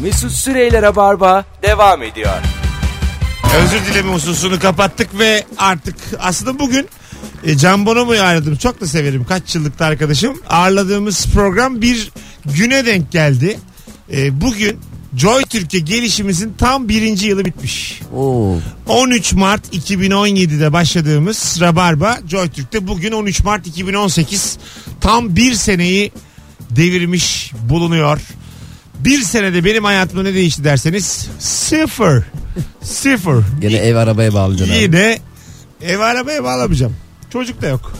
Mesut Süreyler'e barba devam ediyor. Özür dileme hususunu kapattık ve artık aslında bugün Can Bonomo'yu aradım. Çok da severim. Kaç yıllık arkadaşım. Ağırladığımız program bir güne denk geldi. Bugün Joy Türkiye gelişimizin tam 1. yılı bitmiş. Oo. 13 Mart 2017'de başladığımız Rabarba Joy Türk'te bugün 13 Mart 2018 tam bir seneyi devirmiş bulunuyor. Bir senede benim hayatımda ne değişti derseniz sıfır. Sıfır. Yine ev arabaya bağlayacaksın. Yine ev arabaya bağlamayacağım. Çocuk da yok.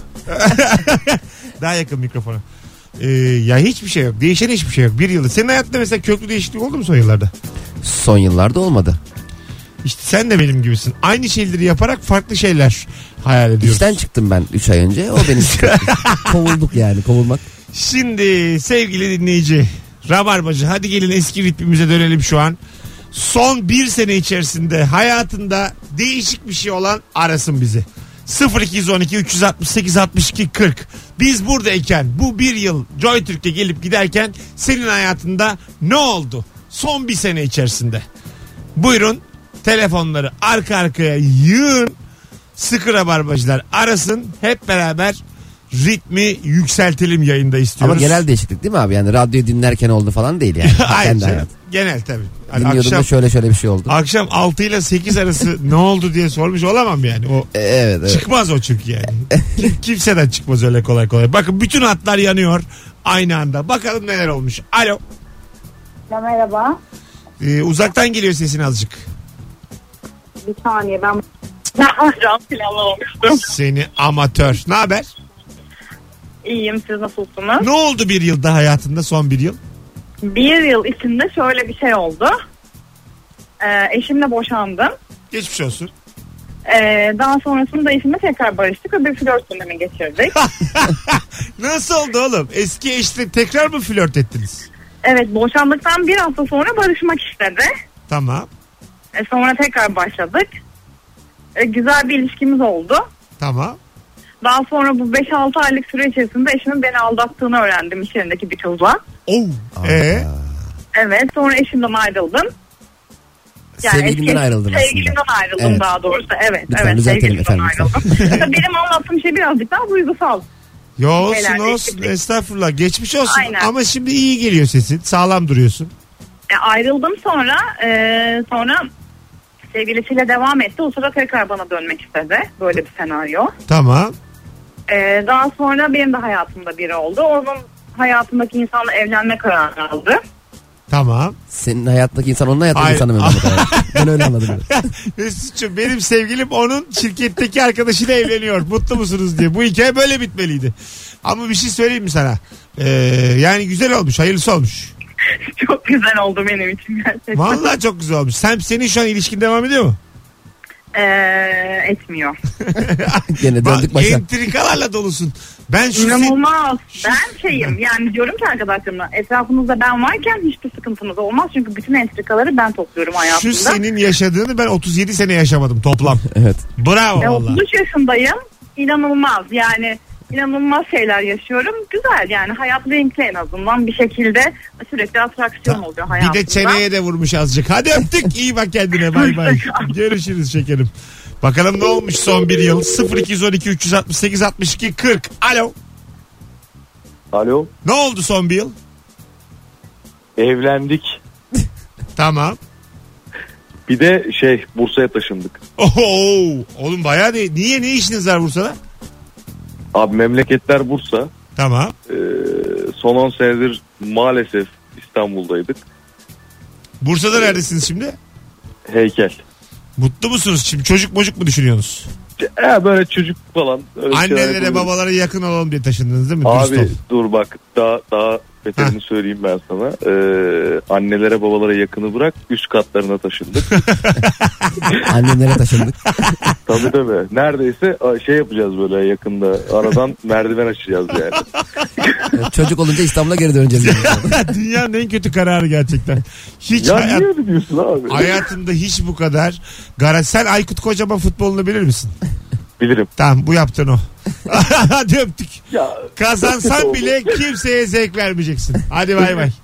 Daha yakın mikrofona. Ya hiçbir şey yok. Değişen hiçbir şey yok. Bir yılda. Senin hayatında mesela köklü değişiklik oldu mu son yıllarda? Son yıllarda olmadı. İşte sen de benim gibisin. Aynı şeyleri yaparak farklı şeyler hayal ediyoruz. İşten çıktım ben 3 ay önce. O benim kovulduk yani, kovulmak. Şimdi sevgili dinleyici, Rabarbacı, hadi gelin eski ritmimize dönelim şu an. Son bir sene içerisinde hayatında değişik bir şey olan arasın bizi. 0212 368 62 40. Biz buradayken bu bir yıl Joy Türk'e gelip giderken senin hayatında ne oldu? Son bir sene içerisinde. Buyurun, telefonları arka arkaya yığın. Sıkı Rabarbacılar arasın. Hep beraber ritmi yükseltelim yayında istiyoruz. Ama genel değişiklik değil mi abi? Yani radyoyu dinlerken oldu falan değil yani. Hayır, genel tabii. Hani dinliyordum da şöyle bir şey oldu. Akşam 6 ile 8 arası ne oldu diye sormuş olamam yani. O evet. Çıkmaz o çünkü yani. Kimseden çıkmaz öyle kolay kolay. Bakın bütün hatlar yanıyor aynı anda. Bakalım neler olmuş. Alo. Merhaba. Uzaktan geliyor sesin azıcık. Bir saniye ben cam planlamamıştım. Seni amatör. Ne haber? İyiyim, siz nasılsınız? Ne oldu bir yılda hayatında, son bir yıl? Bir yıl içinde şöyle bir şey oldu. Eşimle boşandım. Geçmiş olsun. Daha sonrasında eşimle tekrar barıştık ve bir flört dönemi geçirdik. Nasıl oldu oğlum? Eski eşle tekrar mı flört ettiniz? Evet, boşandıktan bir hafta sonra barışmak istedi. Tamam. Sonra tekrar başladık. Güzel bir ilişkimiz oldu. Tamam. Daha sonra bu 5-6 aylık süre içerisinde eşimin beni aldattığını öğrendim iş yerindeki bir kızla. Evet, sonra eşimden ayrıldım. Yani sevgilimden ayrıldın aslında. Sevgilimden ayrıldım, evet. Daha doğrusu. Evet, lütfen, evet, sevgilimden ayrıldım. Benim anlattığım şey birazcık daha duygusal. Yo, olsun estağfurullah, geçmiş olsun. Aynen. Ama şimdi iyi geliyor sesin, sağlam duruyorsun. Ayrıldım sonra sevgilisiyle devam etti. O sırada tekrar bana dönmek istedi. Böyle bir senaryo. Tamam. Daha sonra benim de hayatımda biri oldu. Onun hayatındaki insanla evlenme kararı aldı. Tamam. Senin hayattaki insan onun hayattaki insanı mı? Ben öyle anladım. Mesut'cum, benim sevgilim onun şirketteki arkadaşıyla evleniyor. Mutlu musunuz diye. Bu hikaye böyle bitmeliydi. Ama bir şey söyleyeyim mi sana? Yani güzel olmuş, hayırlısı olmuş. Çok güzel oldu benim için gerçekten. Vallahi çok güzel olmuş. Senin şu an ilişkin devam ediyor mu? Etmiyor. Gene döndük başa. Entrikalarla dolusun. İnanılmaz. Ben şeyim yani, diyorum ki arkadaşlarımla, etrafınızda ben varken hiçbir sıkıntınız olmaz. Çünkü bütün entrikaları ben topluyorum hayatımda. Şu senin yaşadığını ben 37 sene yaşamadım toplam. Evet. Bravo valla. 33 yaşındayım. İnanılmaz yani. İnanılmaz şeyler yaşıyorum. Güzel yani, hayat renkli en azından bir şekilde, sürekli atraksiyon oluyor hayatımda. Bir de çeneye de vurmuş azıcık. Hadi öptük. İyi bak kendine. Bay bay. Görüşürüz şekerim. Bakalım ne olmuş son bir yıl. 0212 368 62 40. Alo. Alo. Ne oldu son bir yıl? Evlendik. Tamam. Bir de Bursa'ya taşındık. Oho, oğlum bayağı değil. Niye, ne işiniz var Bursa'da? Abi memleketler Bursa. Tamam. Son 10 senedir maalesef İstanbul'daydık. Bursa'da neredesiniz şimdi? Heykel. Mutlu musunuz şimdi? Çocuk mu düşünüyorsunuz? Böyle çocuk falan. Annelere babalara yakın olalım diye taşındınız değil mi? Abi dur bak, daha beterini söyleyeyim ben sana. Annelere babalara yakını bırak, üst katlarına taşındık. Annelere taşındık. Tabii. Neredeyse yapacağız böyle yakında. Aradan merdiven açacağız yani. Çocuk olunca İstanbul'a geri döneceğiz. Dünyanın en kötü kararı gerçekten. Hiç niye öyle diyorsun abi? Hayatımda hiç bu kadar. Sen Aykut Kocaman futbolunu bilir misin? Bilirim. Tamam, bu yaptın o. Hadi öptük. Ya, Kazansan bile kimseye zevk vermeyeceksin. Hadi bay bay.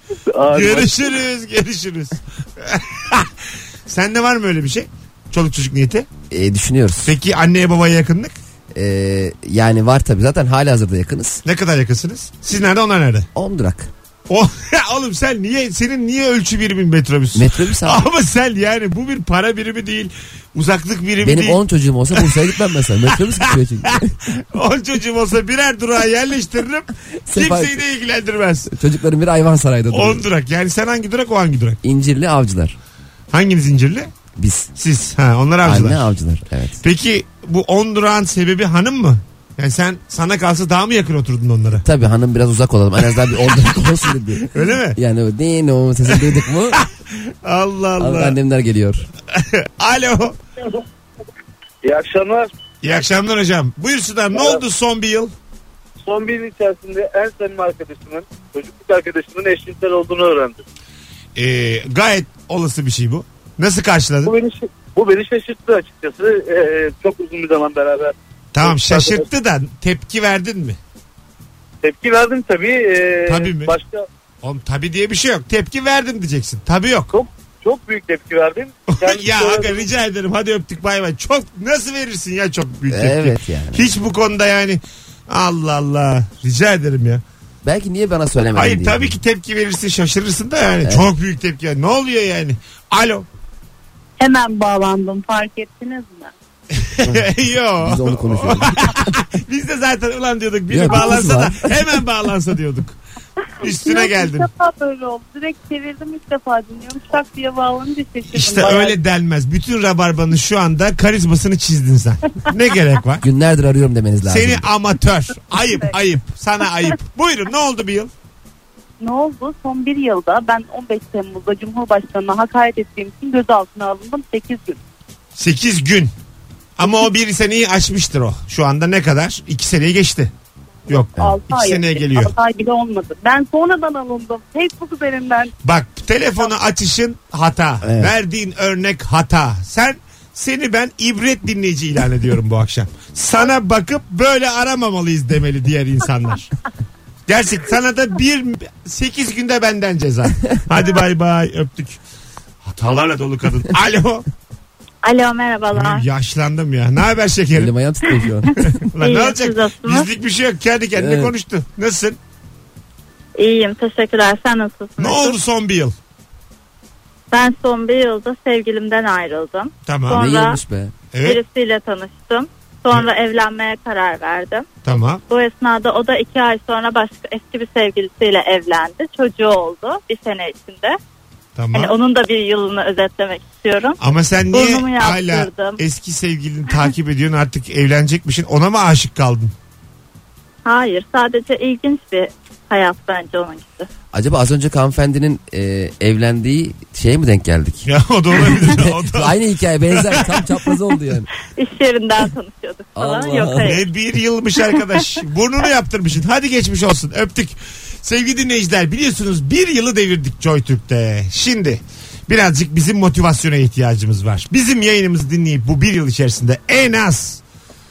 Görüşürüz. Sende var mı öyle bir şey? Çoluk çocuk niyeti. Düşünüyoruz. Peki anneye babaya yakınlık? Yani var tabii, zaten halihazırda yakınız. Ne kadar yakınsınız? Siz nerede, onlar nerede? 10 durak. Oğlum senin niye ölçü birimin metrobüs? Metrobüs abi. Ama sen yani bu bir para birimi değil. Uzaklık birimi Benim değil. 10 çocuğum olsa Bursa'ya gitmem mesela. Metrobüs gidiyor çünkü. 10 çocuğum olsa birer durağa yerleştiririm. Kimseyi de ilgilendirmez. Çocukların biri Ayvansaray'da duruyor. 10 durak. Yani sen hangi durak, o hangi durak? İncirli Avcılar. Hanginiz İncirli? Biz. Siz. Onlar avcılar. Anne Avcılar, evet. Peki bu 10 durağın sebebi hanım mı? Yani sana kalsa daha mı yakın oturdun onlara? Tabii hanım biraz uzak olalım. En azından bir 10 durak olsun dedi. Öyle mi? Yani o değil o sesini duyduk mu? Allah Allah. Annemler geliyor. Alo. İyi akşamlar. İyi akşamlar hocam. Buyursunlar. Ne oldu son bir yıl? Son bir yıl içerisinde en samimi arkadaşımın, çocukluk arkadaşımın eşcinsel olduğunu öğrendim. Gayet olası bir şey bu. Nasıl karşıladın? Bu beni şaşırttı açıkçası. Çok uzun bir zaman beraber. Tamam, şaşırttı da tepki verdin mi? Tepki verdim tabii. Tabii mi? Başka Oğlum tabii diye bir şey yok. Tepki verdim diyeceksin. Tabii yok. çok büyük tepki verdim. Ya aga rica ederim, hadi öptük, bay bay. Çok nasıl verirsin ya çok büyük tepki? Evet yani. Hiç bu konuda yani Allah Allah, rica ederim ya. Belki niye bana söylemedin Hayır diye. tabii ki tepki verirsin, şaşırırsın da yani. Evet. Çok büyük tepki. Ne oluyor yani? Alo. Hemen bağlandım, fark ettiniz mi? Yo. Biz onu konuşuyoruz. Biz de zaten ulan diyorduk biri Ya, bağlansa da var. hemen bağlansa diyorduk. Üstüne Yok, geldin. İlk defa böyle oldu. Direkt çevirdim, ilk defa dinliyorum. Şak diye bağlanınca şaşırdım. İşte bayağı. öyle denmez. Bütün Rabarba'nın şu anda karizmasını çizdin sen. Ne gerek var? Günlerdir arıyorum demeniz lazım. Seni amatör. Ayıp. Sana ayıp. Buyurun, ne oldu bir yıl? Ne oldu? Son bir yılda ben 15 Temmuz'da Cumhurbaşkanı'na hakaret ettiğim için gözaltına alındım 8 gün. 8 gün. Ama o bir seneyi aşmıştır o. Şu anda ne kadar? 2 seneyi geçti. Yok. 6 2 ay. seneye geliyor. 6 ay bile olmadı. Ben sonradan alındım. Facebook üzerinden. Bak, telefonu açışın hata. Evet. Verdiğin örnek hata. Seni ben ibret dinleyici ilan ediyorum bu akşam. Sana bakıp böyle aramamalıyız demeli diğer insanlar. Gerçek, sana da 8 günde benden ceza. Hadi bay bay, öptük. Hatalarla dolu kadın. Alo. Alo, merhabalar. Yaşlandım ya. Ne haber şekerim? Elim ayağım titriyor şu an. Ulan ne İyiyim, olacak? siz nasılsınız? Bizlik bir şey yok. Kendi kendine Evet. konuştu. Nasılsın? İyiyim, teşekkürler. Sen nasılsın? Ne oldu son bir yıl? Ben son bir yılda sevgilimden ayrıldım. Tamam. Sonra- Ne yılmış be. Evet. Birisiyle tanıştım. Sonra evlenmeye karar verdim. Tamam. Bu esnada o da 2 ay sonra başka eski bir sevgilisiyle evlendi. Çocuğu oldu bir sene içinde. Tamam. Hani onun da bir yılını özetlemek istiyorum. Ama sen niye Burnumu hala yaptırdım. eski sevgilini takip ediyorsun, artık evlenecekmişsin, ona mı aşık kaldın? Hayır, sadece ilginç bir hayat bence onunkisi. Acaba az önce hanımefendinin evlendiği şeye mi denk geldik? Ya o da olabilir. O da... Aynı hikaye, benzer, tam çapraz oldu yani. İş yerinden tanışıyorduk falan. Allah. Yok hayır. Ne bir yılmış arkadaş. Burnunu yaptırmışsın. Hadi geçmiş olsun. Öptük. Sevgili dinleyiciler, biliyorsunuz bir yılı devirdik JoyTürk'te. Şimdi birazcık bizim motivasyona ihtiyacımız var. Bizim yayınımızı dinleyip bu bir yıl içerisinde en az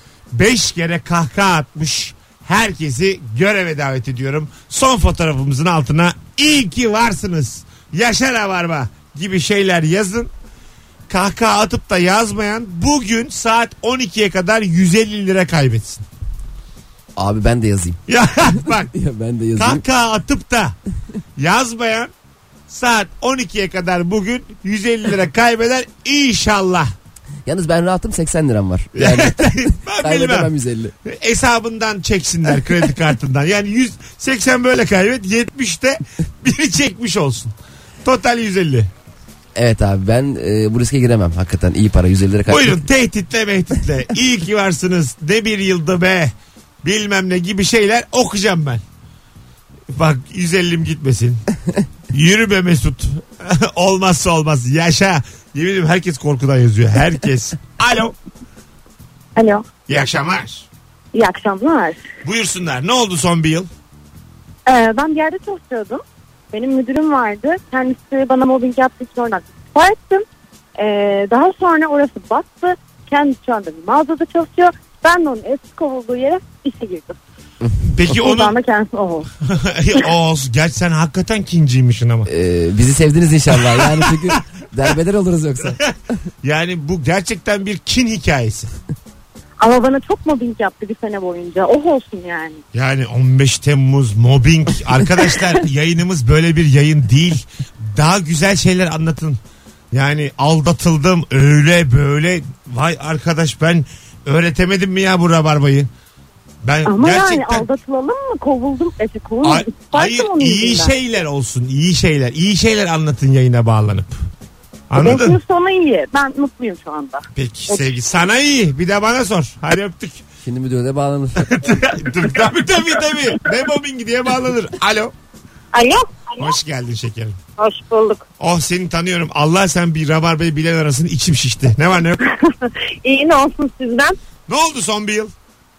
5 kere kahkaha atmış herkesi göreve davet ediyorum. Son fotoğrafımızın altına iyi ki varsınız, yaşa Rabarba gibi şeyler yazın. Kahkaha atıp da yazmayan bugün saat 12'ye kadar 150 lira kaybetsin. Abi ben de yazayım. Ya bak, Ya ben de yazayım. kahkaha atıp da yazmayan saat 12'ye kadar bugün 150 lira kaybeder inşallah. Yalnız ben rahatım, 80 liram var. Yani Ben kaybedemem bilmem. 150. Hesabından çeksinler, kredi kartından. Yani 180 böyle kaybet, 70'te biri çekmiş olsun. Total 150. Evet abi, ben bu riske giremem. Hakikaten iyi para, 150 lira kaybettim. Buyurun, tehditle mehditle. İyi ki varsınız. Ne bir yıldı be. Bilmem ne gibi şeyler okuyacağım ben. Bak 150'm gitmesin. Yürü be Mesut. Olmazsa olmaz. Yaşa. Yemin ederim herkes korkudan yazıyor. Herkes. Alo. Alo. İyi akşamlar. İyi akşamlar. Buyursunlar. Ne oldu son bir yıl? Ben bir yerde çalışıyordum. Benim müdürüm vardı. Kendisi bana mobbing yaptığı için oradan istifa ettim. Daha sonra orası battı. Kendisi şu anda bir mağazada çalışıyor. Ben de onun eski kovulduğu yere işe girdim. Peki Buradan onu... da kendisi o. Olsun. Gerçi sen hakikaten kinciymişsin ama. Bizi sevdiniz inşallah. Yani çünkü derbeler oluruz yoksa. Yani bu gerçekten bir kin hikayesi. Ama bana çok mobbing yaptı bir sene boyunca. Oh olsun yani. Yani 15 Temmuz mobbing. Arkadaşlar yayınımız böyle bir yayın değil. Daha güzel şeyler anlatın. Yani aldatıldım öyle böyle. Vay arkadaş ben öğretemedim mi ya bu rabarbayı? Ben Ama gerçekten... yani aldatılalım mı? Kovuldum. Kovuldum. Hayır iyi şeyler olsun. İyi şeyler. İyi şeyler anlatın yayına bağlanıp. Anladın? Benim sonu iyi. Ben mutluyum şu anda. Peki sevgi. Sana iyi. Bir de bana sor. Hadi öptük. Şimdi müdüre de bağlanır. Tabii. Ne mobbingi diye bağlanır. Alo. Alo. Hoş geldin şekerim. Hoş bulduk. Oh seni tanıyorum. Allah sen bir rabarbayı bilen arasın içim şişti. Ne var ne yok. İyi ne olsun sizden. Ne oldu son bir yıl?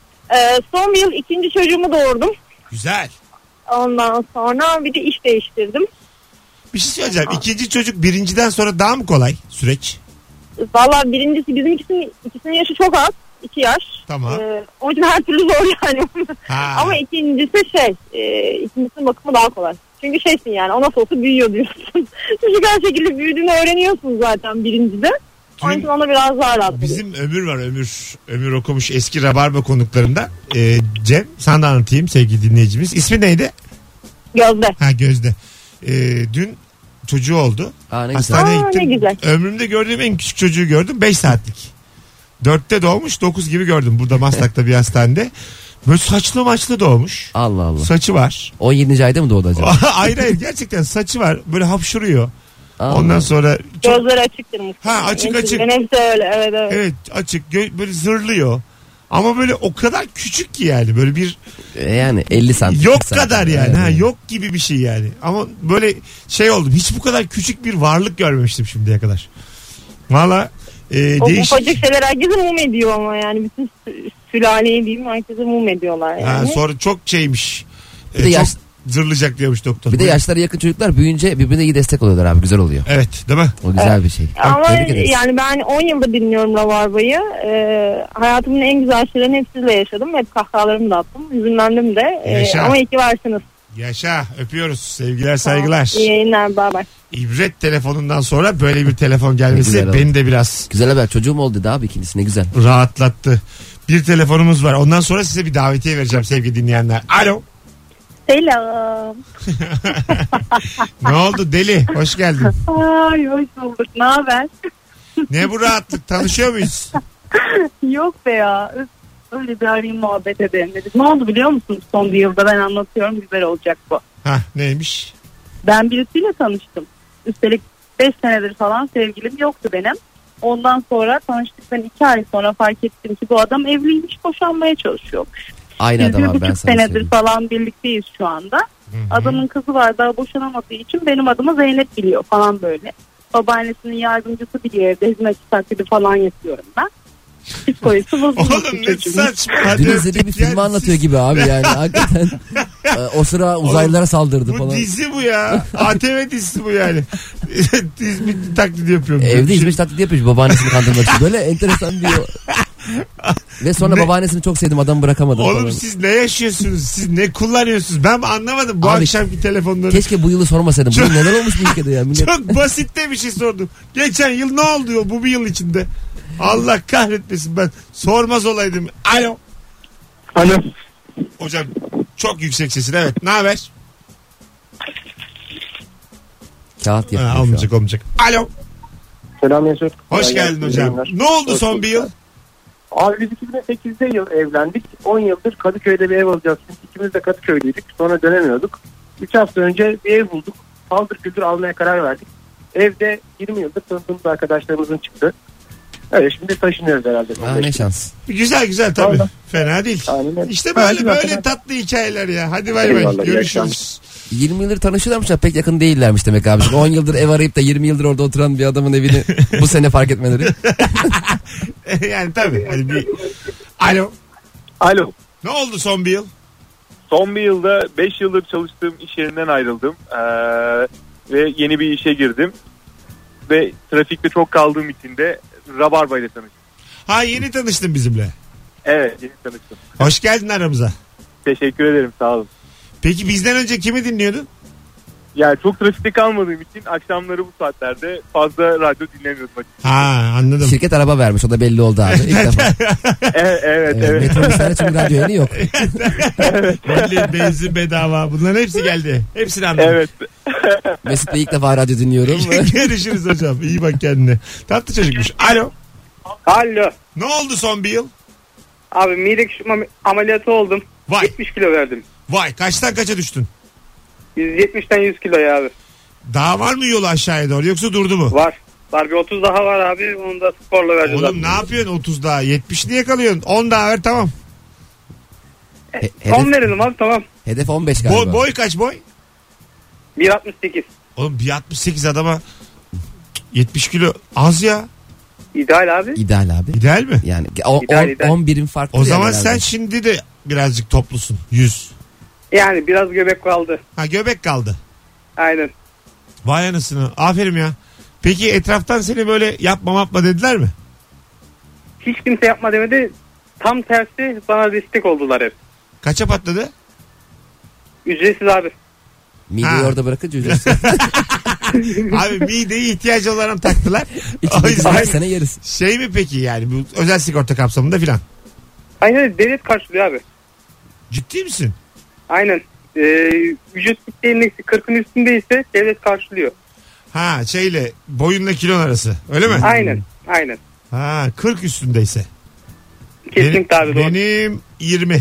Son bir yıl ikinci çocuğumu doğurdum. Güzel. Ondan sonra bir de iş değiştirdim. Bir şey söyleyeceğim. İkinci çocuk birinciden sonra daha mı kolay süreç? Valla birincisi bizim ikisinin yaşı çok az. 2 yaş. Tamam. Onun için her türlü zor yani. Ama ikincisi ikincisinin bakımı daha kolay. Çünkü şeysin yani o nasıl olsa büyüyor diyorsun. Çocuk her şekilde büyüdüğünü öğreniyorsun zaten birincide. Onun için ona biraz daha rahat. Bizim Ömür var Ömür okumuş eski Rabarba konuklarında. Cem sana da anlatayım sevgili dinleyicimiz. İsmi neydi? Gözde. Ha Gözde. Dün çocuğu oldu. Ne Hastaneye güzel. gittim. Ne güzel. Ömrümde gördüğüm en küçük çocuğu gördüm. 5 saatlik. 4'te doğmuş 9 gibi gördüm. Burada Maslak'ta bir hastanede. Böyle saçlı maçlı doğmuş. Allah Allah. Saçı var. 17. ayda mı doğdu acaba? Hayır gerçekten saçı var. Böyle hapşuruyor. Allah. Ondan sonra Gözleri açıktır muhtemelen. açık. Hepsi öyle evet. Evet açık böyle zırlıyor. Ama böyle o kadar küçük ki yani böyle bir Yani 50 santim. yok 40 kadar santim. yani Evet. yok gibi bir şey yani. Ama böyle şey oldum. Hiç bu kadar küçük bir varlık görmemiştim şimdiye kadar. Valla O değişik. ufacık şeyler herkese mum ediyor ama yani bütün sülaleyi diyeyim herkese mum ediyorlar yani. Sonra çok şeymiş. Bir de çok zırlayacak diyormuş doktor. Bir de yaşlara yakın çocuklar büyüyünce birbirine iyi destek oluyorlar abi. Güzel oluyor. Evet değil mi? O güzel bir şey. Ama Tebrik ederiz. yani ben 10 yıldır dinliyorum Rabarba'yı. Hayatımın en güzel şeylerini hep sizle yaşadım. Hep kahkahalarımı da attım. Hüzünlendim de. Yaşa. Ama iyi ki varsınız. Yaşa öpüyoruz. Sevgiler saygılar. İyi yayınlar. Bye bye. İbret telefonundan sonra böyle bir telefon güzel gelmesi oldu. beni de biraz Güzel haber. Çocuğum oldu dedi abi ikincisi ne güzel. rahatlattı. Bir telefonumuz var. Ondan sonra size bir davetiye vereceğim sevgili dinleyenler. Alo. Selam. Ne oldu deli? Hoş geldin. Ay hoş bulduk. Ne haber? Ne bu rahatlık? Tanışıyor muyuz? Yok be ya. Öyle bir arayayım muhabbet edelim dedik. Ne oldu biliyor musun? Son bir yılda ben anlatıyorum. Güzel olacak bu. Hah neymiş? Ben birisiyle tanıştım. Üstelik 5 senedir falan sevgilim yoktu benim. Ondan sonra tanıştıktan 2 ay sonra fark ettim ki bu adam evliymiş, boşanmaya çalışıyormuş. Aynı Biz adam abi ben 1,5 sana senedir söyleyeyim. falan birlikteyiz şu anda. Adamın kızı var daha boşanamadığı için benim adımı Zeynep biliyor falan böyle. Babaannesinin yardımcısı biliyor evde hizmetçi taklidi falan yapıyorum ben. Psikolojisi bozulmuş. Oğlum ne saçma. Hadi Dün izlediği bir öptük filmi yani anlatıyor siz. gibi abi yani hakikaten. O sıra uzaylılara saldırdı Bu falan. dizi bu ya. ATV dizisi bu yani. Hizmetçi taklidi yapıyorum. Evde hizmet taklidi yapıyor babaannesini kandırmak için. Böyle enteresan bir ve sonra Ne? babaannesini çok sevdim adamı bırakamadım Oğlum falan. siz ne yaşıyorsunuz? Siz ne kullanıyorsunuz? Ben anlamadım bu Abi, akşamki telefonları. Keşke bu yılı sormasaydım. Bu neler olmuş bu ülkede ya millet. Çok basit de bir şey sordum. Geçen yıl ne oldu bu bir yıl içinde? Allah kahretmesin ben sormaz olaydım. Alo. Alo. Hocam çok yüksek sesin evet. Ne haber? Kağıt yapıyor şu an. Olmayacak. Alo. Selam Mesut. Hoş geldin hocam. Ne oldu son bir yıl? Abi biz 2008'de evlendik. 10 yıldır Kadıköy'de bir ev alacağız. Biz ikimiz de Kadıköy'deydik. Sonra dönemiyorduk. 3 hafta önce bir ev bulduk. Paldır küldür almaya karar verdik. Evde 20 yıldır tanıdığımız arkadaşlarımızın çıktı. Evet şimdi taşınıyoruz herhalde. Ne şans. Güzel tabii. Vallahi. Fena değil. Aynen. İşte Aynen. böyle tatlı hikayeler ya. Hadi bay bay. Eyvallah, Görüşürüz. 20 yıldır tanışıyorlarmış da pek yakın değillermiş demek abi. 10 yıldır ev arayıp da 20 yıldır orada oturan bir adamın evini bu sene fark etmeleri. Yani tabii. Hani bir... Alo. Alo. Ne oldu son bir yıl? Son bir yılda 5 yıldır çalıştığım iş yerinden ayrıldım. Ve yeni bir işe girdim. Ve trafikte çok kaldığım için de Rabarba ile tanıştım. Ha yeni tanıştın bizimle. Evet, yeni tanıştım. Hoş geldin aramıza. Teşekkür ederim, sağ olun. Peki bizden önce kimi dinliyordun? Yani çok trafikte kalmadığım için akşamları bu saatlerde fazla radyo dinlemiyordum açıkçası. Ha, anladım. Şirket araba vermiş, o da belli oldu abi. İlk defa. Evet. Metrobüslerde çünkü radyo yayını yok. Benzin bedava. Bunların hepsi geldi. Hepsini anladım. Evet. Mesut Bey ilk defa radyo dinliyorum. Görüşürüz hocam. İyi bak kendine. Tatlı çocukmuş. Alo. Alo. Ne oldu son bir yıl? Abi mide küçültme ameliyatı oldum. Vay. 70 kilo verdim. Vay, kaçtan kaça düştün? 170'ten 100 kiloya abi. Daha var mı yolu aşağıya doğru yoksa durdu mu? Var. Var, bir 30 daha var abi. Onu da sporla vereceğiz. Oğlum ne yapıyorsun 30 daha? 70 niye kalıyorsun? 10 daha ver tamam. 10 verelim abi, tamam. Hedef 15 galiba. Boy kaç boy? 1.68. Oğlum 1.68 adama 70 kilo az ya. İdeal abi. İdeal abi. İdeal mi? Yani İdeal. 10 birim farklı. O zaman yani sen herhalde. şimdi de birazcık toplusun. 100. Yani biraz göbek kaldı. Ha, göbek kaldı. Aynen. Vay anasını. Aferin ya. Peki etraftan seni böyle yapma dediler mi? Hiç kimse yapma demedi. Tam tersi bana destek oldular hep. Kaça patladı? Ücretsiz abi. Mideyi Ha. orada bırakınca ücretsiz. Abi mideyi ihtiyacı olanı taktılar. O İçindeki yüzden bir sene yeriz. şey mi peki yani bu özel sigorta kapsamında filan? Aynen, devlet karşılıyor abi. Ciddi misin? Aynen. Vücut kitle indeksi 40'ın üstündeyse devlet karşılıyor. Ha, şeyle boyunla kilon arası öyle mi? Aynen. Aynen. Ha, 40 üstündeyse. Kesinlikle abi, doğru. Benim 20.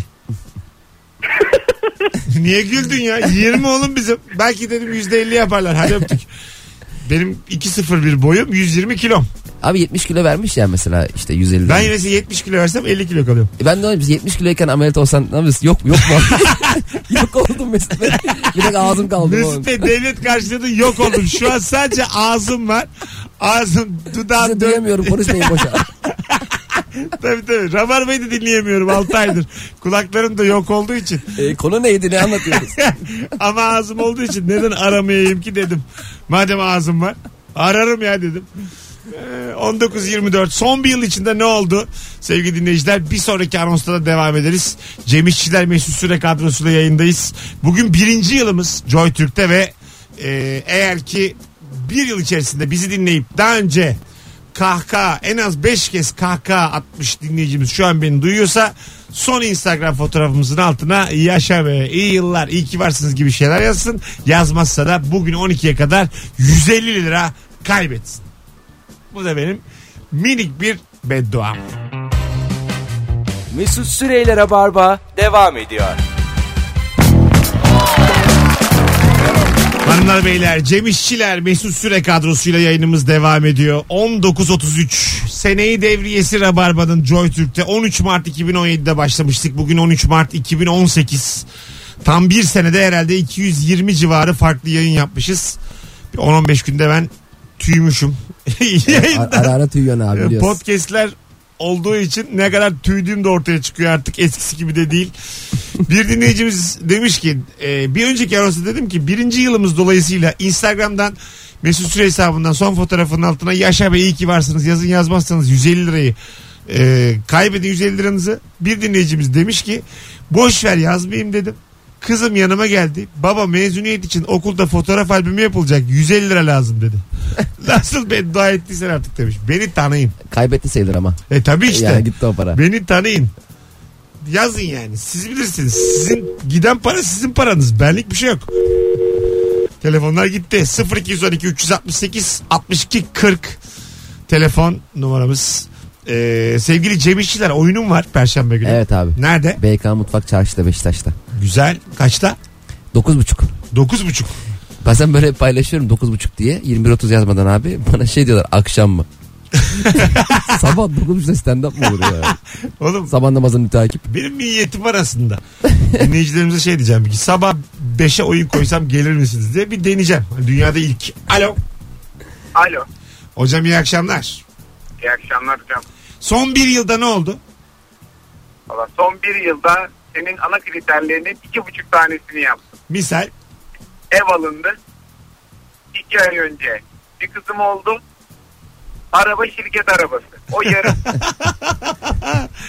Niye güldün ya? 20 oğlum bizim. Belki dedim %50 yaparlar. Hadi öptük. Benim 2.01 boyum, 120 kilom. Abi 70 kilo vermiş ya mesela, işte 150. Ben yine 70 kilo versem 50 kilo kalıyorum. Ben de biz 70 kiloyken ameliyat olsan ne yapıyorsun? Yok mu? Yok oldum Mesut Bey. Bir tek ağzım kaldı. Mesut Bey, devlet karşıladı, yok oldum. Şu an sadece ağzım var. Ağzım, dudağım Sizi duyamıyorum, konuşmayın boşa. Tabii. Rabarba'yı da dinleyemiyorum 6 aydır. Kulaklarım da yok olduğu için. Konu neydi, ne anlatıyoruz? Ama ağzım olduğu için neden aramayayım ki dedim. Madem ağzım var. Ararım ya dedim. 19.24 son bir yıl içinde ne oldu sevgili dinleyiciler? Bir sonraki anonsta da devam ederiz. Cem İşçiler Mesut Süre kadrosuyla yayındayız. Bugün 1. yılımız Joy Türk'te ve eğer ki bir yıl içerisinde bizi dinleyip daha önce kahkaha, en az 5 kez kahkaha atmış dinleyicimiz şu an beni duyuyorsa son Instagram fotoğrafımızın altına yaşa be, iyi yıllar, iyi ki varsınız gibi şeyler yazsın. Yazmazsa da bugün 12'ye kadar 150 lira kaybetsin. Bu da benim minik bir bedduam. Mesut Süreyler'e barba devam ediyor. Hanımlar beyler, Cem İşçiler Mesut Süre kadrosuyla yayınımız devam ediyor. 19.33 seneyi devriyesi Rabarba'nın Joy Türk'te 13 Mart 2017'de başlamıştık. Bugün 13 Mart 2018. Tam bir senede herhalde 220 civarı farklı yayın yapmışız. 10-15 günde ben tüymüşüm. Ara ara tüyüyorsun abi, biliyorsun. Podcast'ler olduğu için ne kadar tüydüğüm de ortaya çıkıyor artık, eskisi gibi de değil. Bir dinleyicimiz demiş ki bir önceki arası dedim ki 1. yılımız dolayısıyla Instagram'dan Mesut Süre hesabından son fotoğrafının altına yaşa be, iyi ki varsınız yazın, yazmazsanız 150 lirayı kaybedin 150 liranızı. Bir dinleyicimiz demiş ki boş ver yazmayayım dedim. Kızım yanıma geldi. Baba mezuniyet için okulda fotoğraf albümü yapılacak, 150 lira lazım dedi. Nasıl beddua ettiysen artık demiş. Beni tanıyın. Kaybetti sayılır ama. Tabii işte. Yani gitti o para. Beni tanıyın. Yazın yani. Siz bilirsiniz. Sizin giden para sizin paranız. Benlik bir şey yok. Telefonlar gitti. 0212 368 62 40 telefon numaramız. Sevgili Cem İşçiler, oyunum var Perşembe günü. Evet abi. Nerede? BK Mutfak Çarşı'da, Beşiktaş'ta. Güzel. Kaçta? 9.30. 9.30. Bazen böyle paylaşıyorum 9.30 diye. 21.30 yazmadan abi. Bana şey diyorlar, akşam mı? Sabah 9.30'da stand up mı olur ya? Oğlum Sabah namazını mütakip. benim niyetim var aslında. Dinleyicilerimize şey diyeceğim ki sabah 5'e oyun koysam gelir misiniz diye bir deneyeceğim. Dünyada ilk. Alo. Alo. Hocam iyi akşamlar. İyi akşamlar hocam. Son bir yılda ne oldu? Valla son bir yılda senin ana kriterlerinin 2,5 tanesini yaptım. Misal. Ev alındı. 2 ay önce bir kızım oldu. Araba şirket arabası. O yarım.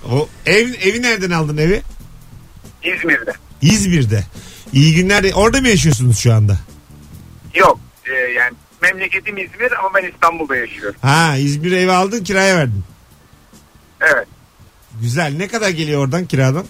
O evi nereden aldın evi? İzmir'de. İzmir'de. İyi günler. Orada mı yaşıyorsunuz şu anda? Yok yani memleketim İzmir ama ben İstanbul'da yaşıyorum. Ha, İzmir evi aldın, kiraya verdin. Evet. Güzel. Ne kadar geliyor oradan kiradan?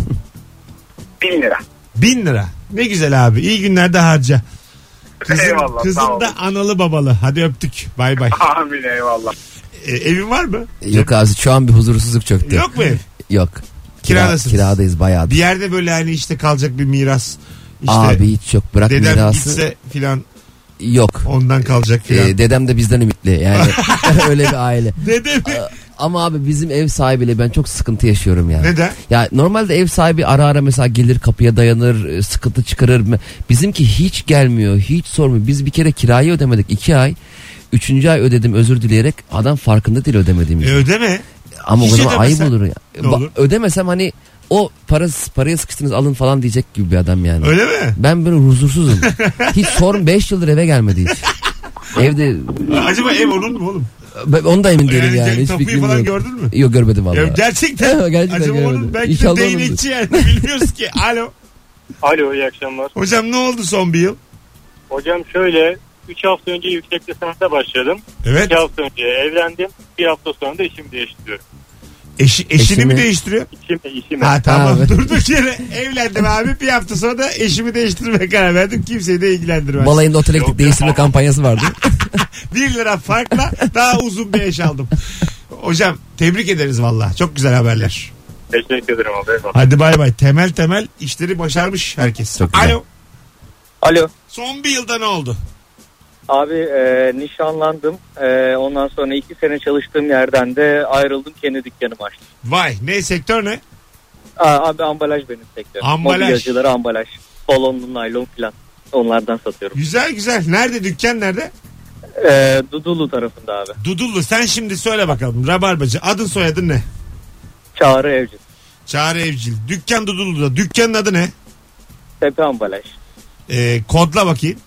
1000 lira. 1000 lira. Ne güzel abi. İyi günlerde harca. Eyvallah, sağ Kızın olun. da analı babalı. Hadi öptük. Bay bay. Amin, eyvallah. Evin var mı? Yok abi şu an bir huzursuzluk çöktü. Yok mu ev? Yok. Kiradasınız. Kiradayız bayağı. Bir yerde böyle hani işte kalacak bir miras. İşte Abi hiç yok. Bırak dedem mirası. gitse filan Yok. ondan kalacak filan. Dedem de bizden ümitli. Yani öyle bir aile. Dede mi? Ama abi bizim ev sahibiyle ben çok sıkıntı yaşıyorum yani. Neden? Ya normalde ev sahibi ara ara mesela gelir kapıya dayanır, sıkıntı çıkarır. Bizimki hiç gelmiyor, hiç sormuyor. Biz bir kere kirayı ödemedik 2 ay. 3. ay ödedim özür dileyerek. Adam farkında değil ödemediğimiz. Ödeme. Ama hiç o zaman ayıp ödemesen olur ya. ne olur? Ödemesem hani o paraya sıkıştınız alın falan diyecek gibi bir adam yani. Öyle mi? Ben böyle huzursuzum. Hiç sorun 5 yıldır eve gelmedi hiç. Evde Acaba ev onun mu oğlum? onu da emin değilim yani. Hiç tapuyu fikrim falan yok. gördün mü? Yok görmedim vallahi. Ya gerçekten. Gerçekten Acaba görmedim. onun belki İnşallah de onundur. değnekçi yani. Bilmiyoruz ki. Alo. Alo, iyi akşamlar. Hocam ne oldu son bir yıl? Hocam şöyle 3 hafta önce yüksek lisansa başladım. Evet. 2 hafta önce evlendim. 1 hafta sonra da işimi değiştiriyorum. Eşini Eşini- mi değiştiriyor? İşimi. Ha tamam. Ha, evet. Durduk yere evlendim abi. Bir hafta sonra da eşimi değiştirmeye karar verdim. Kimseyi de ilgilendirmez. Balayında otoelektrik Yok, değiştirme yok. kampanyası vardı. 1 lira farkla daha uzun bir eş aldım. Hocam tebrik ederiz valla. Çok güzel haberler. Teşekkür ederim abi. Hadi bay bay. Temel işleri başarmış herkes. Çok güzel. Alo. Alo. Son bir yılda ne oldu? Abi nişanlandım. Ondan sonra 2 sene çalıştığım yerden de ayrıldım. Kendi dükkanımı açtım. Vay, ne sektör ne? Abi ambalaj benim sektörüm. Ambalaj. Mobilyacıları ambalaj. Balonlu naylon filan. Onlardan satıyorum. Güzel. Nerede dükkan nerede? Dudullu tarafında abi. Dudullu. Sen şimdi söyle bakalım. Rabarbacı. Adın soyadın ne? Çağrı Evcil. Çağrı Evcil. Dükkan Dudullu'da. Dükkanın adı ne? Tepe ambalaj. Kodla bakayım.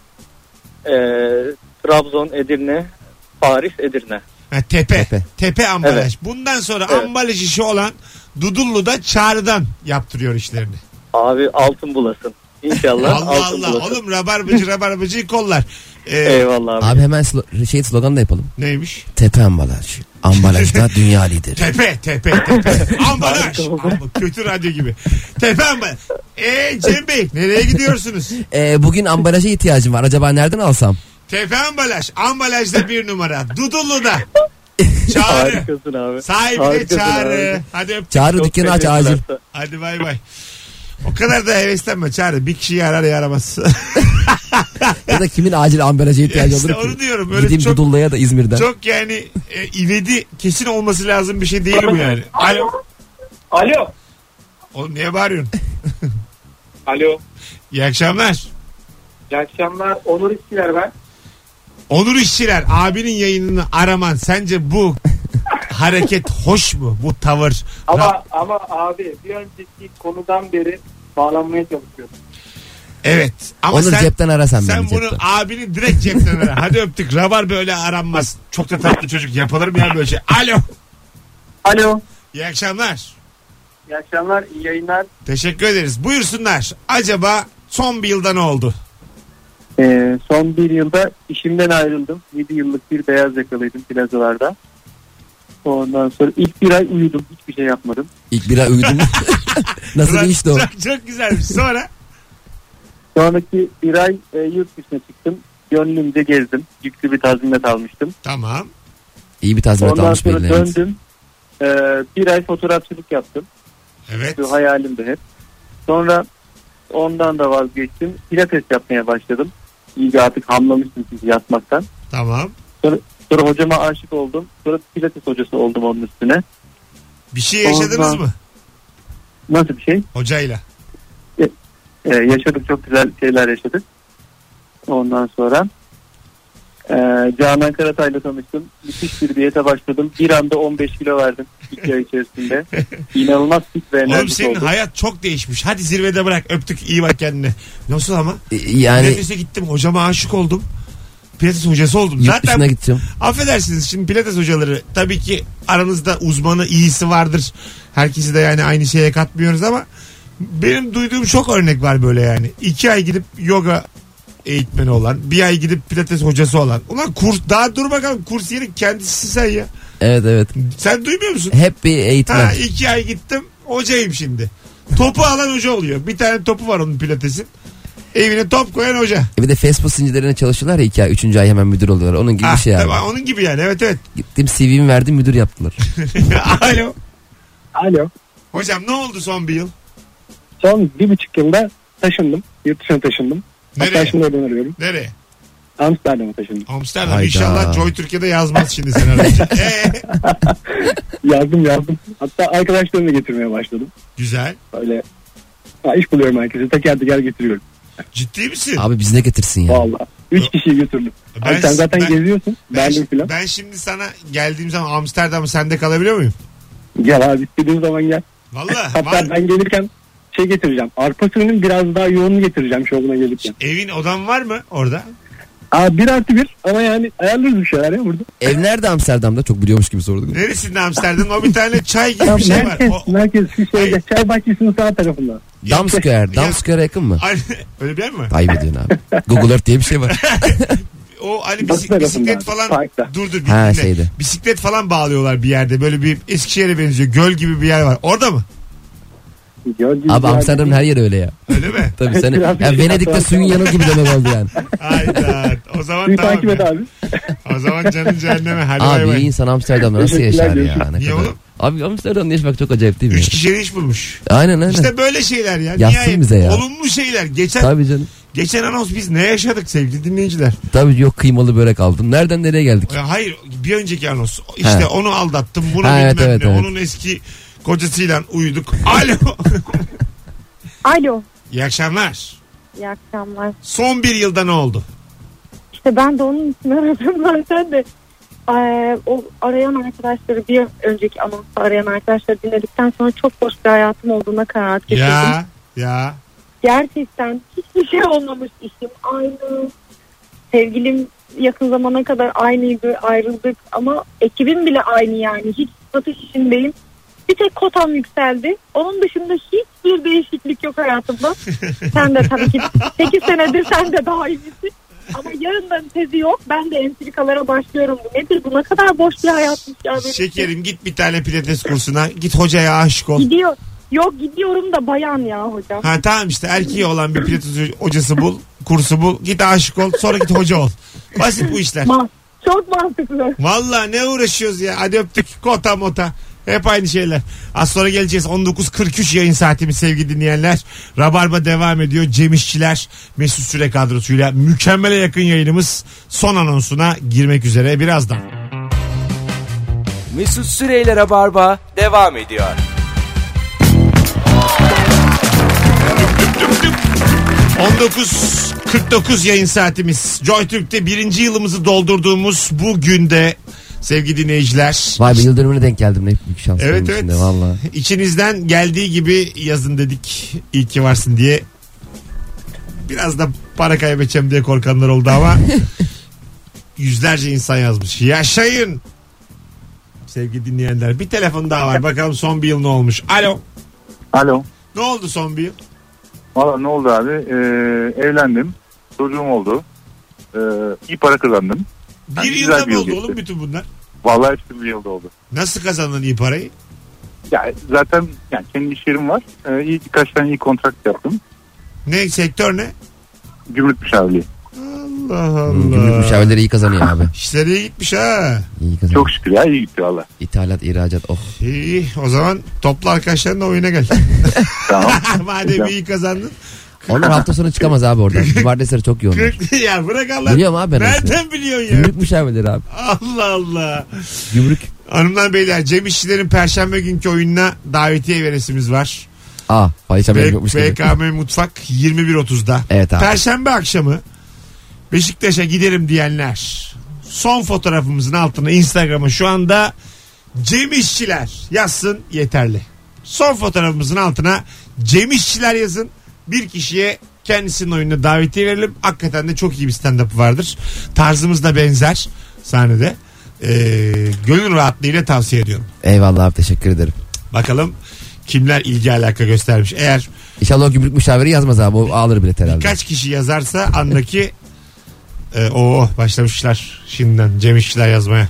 Trabzon, Edirne, Paris, Edirne. Ha, tepe. Tepe. Tepe ambalaj. Evet. Bundan sonra Evet. ambalaj işi olan Dudullu'da Çağrı'dan yaptırıyor işlerini. Abi altın bulasın. İnşallah Allah altın Allah. bulasın. Oğlum rabarbacıyı kollar. Eyvallah abi. Abi hemen slogan da yapalım. Neymiş? Tepe ambalaj. Ambalajda dünya lideri. Tepe. Ambalaj. Kötü radyo gibi. Tepe ambalaj. Cem Bey nereye gidiyorsunuz? Bugün ambalaja ihtiyacım var. Acaba nereden alsam? Tepe ambalaj. Ambalajda 1 numara. Dudullu'da. Çağrı. Harikasın abi. Sahibi de Harikasın Çağrı. abi. Hadi öptük. Çağrı Çok dükkanı aç teşekkürler. acil. Hadi bay bay. O kadar da heveslenme Çağrı. Bir kişiyi arar yaramaz. Ya da kimin acil ambalaja ihtiyacı İşte olur ki? onu diyorum. Böyle Gideyim çok- Dudullu'ya da İzmir'den. Çok yani ivedi kesin olması lazım bir şey değil bu yani. Alo. Alo. Oğlum niye bağırıyorsun? Alo. İyi akşamlar. İyi akşamlar. Onur İşçiler ben. Onur İşçiler abinin yayınını araman sence bu hareket hoş mu? Bu tavır. Ama abi bir önceki konudan beri bağlanmaya çalışıyorum. Evet. Ama Onur cepten ara sen sen beni bunu cepten. abini direkt cepten ara. Hadi öptük. Rabar böyle aranmaz. Çok da tatlı çocuk. Yapılır mı ya böyle şey? Alo. Alo. İyi akşamlar. İyi akşamlar. İyi yayınlar. Teşekkür ederiz. Buyursunlar. Acaba son bir yılda ne oldu? Son bir yılda işimden ayrıldım. 7 yıllık bir beyaz yakalıydım plazalarda. Ondan sonra ilk bir ay uyudum. Hiçbir şey yapmadım. İlk bir ay uyudum. Nasıl bir işti o? Çok güzelmiş. Sonra? Sonraki bir ay yurt dışına çıktım. Gönlümce gezdim. Yüklü bir tazminat almıştım. Tamam. İyi bir tazminat Ondan almış sonra belli. Evet. döndüm. Bir ay fotoğrafçılık yaptım. Evet. Bu hayalimdi hep. Sonra ondan da vazgeçtim. Pilates yapmaya başladım. İyice artık hamlamıştım çünkü yatmaktan. Tamam. Sonra hocama aşık oldum. Sonra pilates hocası oldum onun üstüne. Bir şey yaşadınız Ondan- mı? Nasıl bir şey? Hocayla. Yaşadık, çok güzel şeyler yaşadık. Ondan sonra Canan Karatay'la tanıştım. Müthiş bir diyete başladım. Bir anda 15 kilo verdim 2 ay içerisinde. İnanılmaz fit ve Oğlum enerjik senin oldum. hayat çok değişmiş. Hadi zirvede bırak. Öptük. İyi bak kendine. Nasıl ama? Yani Pilates'e gittim. Hocama aşık oldum. Pilates hocası oldum. yurt Zaten dışına gideceğim. affedersiniz şimdi pilates hocaları tabii ki aranızda uzmanı iyisi vardır. Herkesi de yani aynı şeye katmıyoruz ama benim duyduğum çok örnek var böyle yani. 2 ay gidip yoga eğitmeni olan, 1 ay gidip pilates hocası olan. Ulan kurs, daha dur bakalım, kursiyerin kendisi sen ya. Evet. Sen duymuyor musun? Hep bir eğitmen. 2 ay gittim, hocayım şimdi. Topu alan hoca oluyor. Bir tane topu var onun pilatesin. Evine top koyan hoca. Bir de fast food zincirlerine çalışıyorlar ya 2 ay 3. ay hemen müdür oluyorlar. Onun gibi bir şey abi. Tamam, onun gibi yani, evet. Gittim CV'mi verdim, müdür yaptılar. Alo. Alo. Hocam ne oldu son bir yıl? Son 1,5 yılda taşındım. Yurt dışına taşındım. Nereye? Hatta şimdi oradan arıyorum. Nereye? Amsterdam'a taşındım. Amsterdam. Hayda. İnşallah Joy Türkiye'de yazmaz şimdi sen arayınca. Yazdım. Hatta arkadaşlarımı getirmeye başladım. Güzel. Öyle iş buluyorum herkese. Teker getiriyorum. Ciddi misin? Abi biz ne getirsin ya? Vallahi. 3 kişiyi götürdüm. Abi sen zaten geziyorsun. Berlin falan. Ben şimdi sana geldiğim zaman Amsterdam'ı sende kalabiliyor muyum? Gel abi, istediğin zaman gel. Vallahi. Hatta ben gelirken getireceğim. Arpa suyunun biraz daha yoğununu getireceğim şovuna gelirken. Evin, odan var mı orada? 1+1 ama yani ayarlarız bir şeyler ya burada. Ev nerede Amsterdam'da? Çok biliyormuş gibi sorduk. Neresinde Amsterdam? O bir tane çay gibi bir şey var. Merkez çay bahçesinin sağ tarafında. Damsquare'a yakın mı? Öyle bir yer mi? Ayıp ediyorsun abi. Google Earth diye bir şey var. O hani bisiklet falan. Parkta. Dur şeyde. Bisiklet falan bağlıyorlar bir yerde. Böyle bir Eskişehir'e benziyor. Göl gibi bir yer var. Orada mı? Abi Amsterdam'ın her yeri öyle ya. Öyle mi? Tabii sen Venedik'te suyun yanı gibi demek oldu yani. Hayda. O zaman Suyu tamam. takip et abi. O zaman canın cehenneme. Hadi abi bay bay. insan Amsterdam'da nasıl yaşar ya? Niye oğlum? Abi Amsterdam'da yaşamak çok acayip değil mi? 3 kişiye iş bulmuş. Aynen. İşte böyle şeyler ya. Yazsın Nihayet bize ya. olumlu şeyler. Tabii canım. Geçen anons biz ne yaşadık sevgili dinleyiciler? Tabii yok, kıymalı börek aldım. Nereden nereye geldik? Hayır, bir önceki anons. İşte onu aldattım. Bunu evet. Onun eski kocasıyla uyuduk. Alo. Alo. İyi akşamlar. İyi akşamlar. Son bir yılda ne oldu? İşte ben de onun için aradım zaten de. O arayan arkadaşları, bir önceki anonsta arayan arkadaşları dinledikten sonra çok boş bir hayatım olduğuna kanaat getirdim. Ya. Gerçekten hiçbir şey olmamış, işim aynı. Sevgilim yakın zamana kadar aynıydı, ayrıldık ama ekibim bile aynı yani. Hiç satış işindeyim. Bir tek kotam yükseldi. Onun dışında hiçbir değişiklik yok hayatımda. Sen de tabii ki 8 senedir sen de daha iyisin. Ama yarından tezi yok. Ben de entrikalara başlıyorum. Bu nedir? Bu ne kadar boş bir hayatmış ya. Şekerim git bir tane pilates kursuna. Git hocaya aşık ol. Gidiyorum da bayan ya hocam. Tamam işte, erkeği olan bir pilates hocası bul. Kursu bul. Git aşık ol. Sonra git hoca ol. Basit bu işler. Çok mantıklı. Vallahi ne uğraşıyoruz ya. Hadi öptük. Kota mota. Hep aynı şeyler. Az sonra geleceğiz. 19.43 yayın saatimiz sevgili dinleyenler. Rabarba devam ediyor. Cem İşçiler, Mesut Süre kadrosuyla mükemmele yakın yayınımız son anonsuna girmek üzere birazdan. Mesut Süre ile Rabarba devam ediyor. 19.49 yayın saatimiz. Joy Türk'te 1. yılımızı doldurduğumuz bu günde sevgili dinleyiciler. Vay be, yıl dönümüne denk geldim. Ne büyük şans. Evet. Içinde, vallahi. İçinizden geldiği gibi yazın dedik. İyi ki varsın diye. Biraz da para kaybedeceğim diye korkanlar oldu ama yüzlerce insan yazmış. Yaşayın. Sevgili dinleyenler. Bir telefon daha var. Bakalım son bir yıl ne olmuş. Alo. Ne oldu son bir yıl? Valla ne oldu abi? Evlendim. Çocuğum oldu. İyi para kazandım. Bir yılda mı oldu oğlum bütün bunlar? Vallahi hepsi bir yılda oldu. Nasıl kazandın iyi parayı? Ya zaten yani kendi iş yerim var. İyi birkaç tane iyi kontrakt yaptım. Ne sektör ne? Gümrük müşavirliği. Allah Allah. Gümrük müşavirleri iyi kazanıyor abi. İşler iyi gitmiş ha. İyi kazanıyor. Çok şükür ya, iyi gitti valla. İthalat, ihracat. İyi, o zaman topla arkadaşlarınla oyuna gel. Tamam. Madem iyi kazandın. Onlar hafta sonu çıkamaz abi oradan. Cumartesileri çok yoğunlar. Ya bırak Allah. Biliyorum abi ben. Nereden biliyorsun ya? Gümrük müşavirleri abi. Allah Allah. Gümrük. Hanımlar beyler, Cem İşçilerin Perşembe günkü oyununa davetiye veresimiz var. Fahişe benim yokmuş gibi. BKM Mutfak 21.30'da. Evet abi. Perşembe akşamı Beşiktaş'a giderim diyenler son fotoğrafımızın altına Instagram'a şu anda Cem İşçiler yazsın yeterli. Son fotoğrafımızın altına Cem İşçiler yazın. Bir kişiye kendisinin oyununa davetiye verelim. Hakikaten de çok iyi bir stand-up vardır. Tarzımız da benzer sahnede. gönül rahatlığıyla tavsiye ediyorum. Eyvallah abi, teşekkür ederim. Bakalım kimler ilgi alaka göstermiş. Eğer İnşallah o gümrük müşaviri yazmaz abi, o alır bilet herhalde. birkaç kişi yazarsa andaki başlamışlar şimdiden Cem İşçiler yazmaya.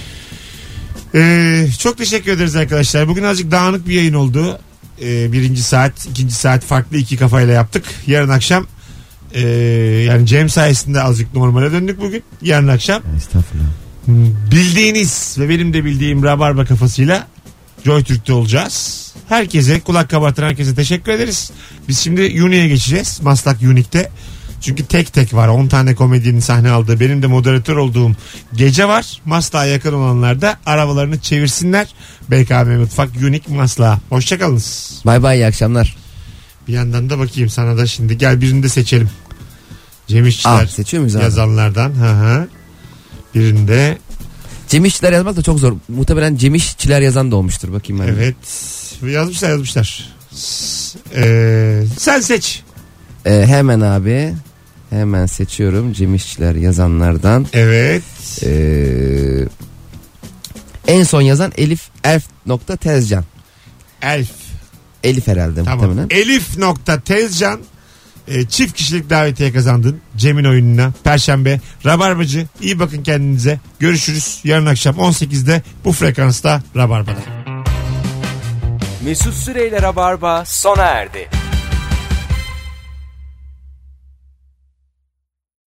Çok teşekkür ederiz arkadaşlar. Bugün azıcık dağınık bir yayın oldu. Birinci saat, ikinci saat farklı iki kafayla yaptık. Yarın akşam yani Cem sayesinde azıcık normale döndük bugün. Yarın akşam Estağfurullah. bildiğiniz ve benim de bildiğim Rabarba kafasıyla JoyTürk'te olacağız. Herkese, kulak kabartan herkese teşekkür ederiz. Biz şimdi Uni'ye geçeceğiz. Maslak Unique'te. Çünkü tek tek var. 10 tane komedyenin sahne aldığı, benim de moderatör olduğum gece var. Maslak'a yakın olanlar da arabalarını çevirsinler. BKM Mutfak Unique Maslak'a. Hoşçakalınız. Bay bay, iyi akşamlar. Bir yandan da bakayım sana da şimdi. Gel birini de seçelim. Cem İşçiler seçiyor muyuz abi? yazanlardan. Birinde. Cem İşçiler yazmak da çok zor. Muhtemelen Cem İşçiler yazan da olmuştur. Bakayım ben. Evet. Yazmışlar. Sen seç. Hemen abi. Hemen seçiyorum. Cem İşçiler yazanlardan. Evet. En son yazan Elif.Tezcan. Elif herhalde Tamam. muhtemelen. Elif.Tezcan çift kişilik davetiye kazandın Cem'in oyununa. Perşembe. Rabarbacı, iyi bakın kendinize. Görüşürüz. Yarın akşam 18'de bu frekansta Rabarba'da. Mesut Süreyle Rabarba sona erdi.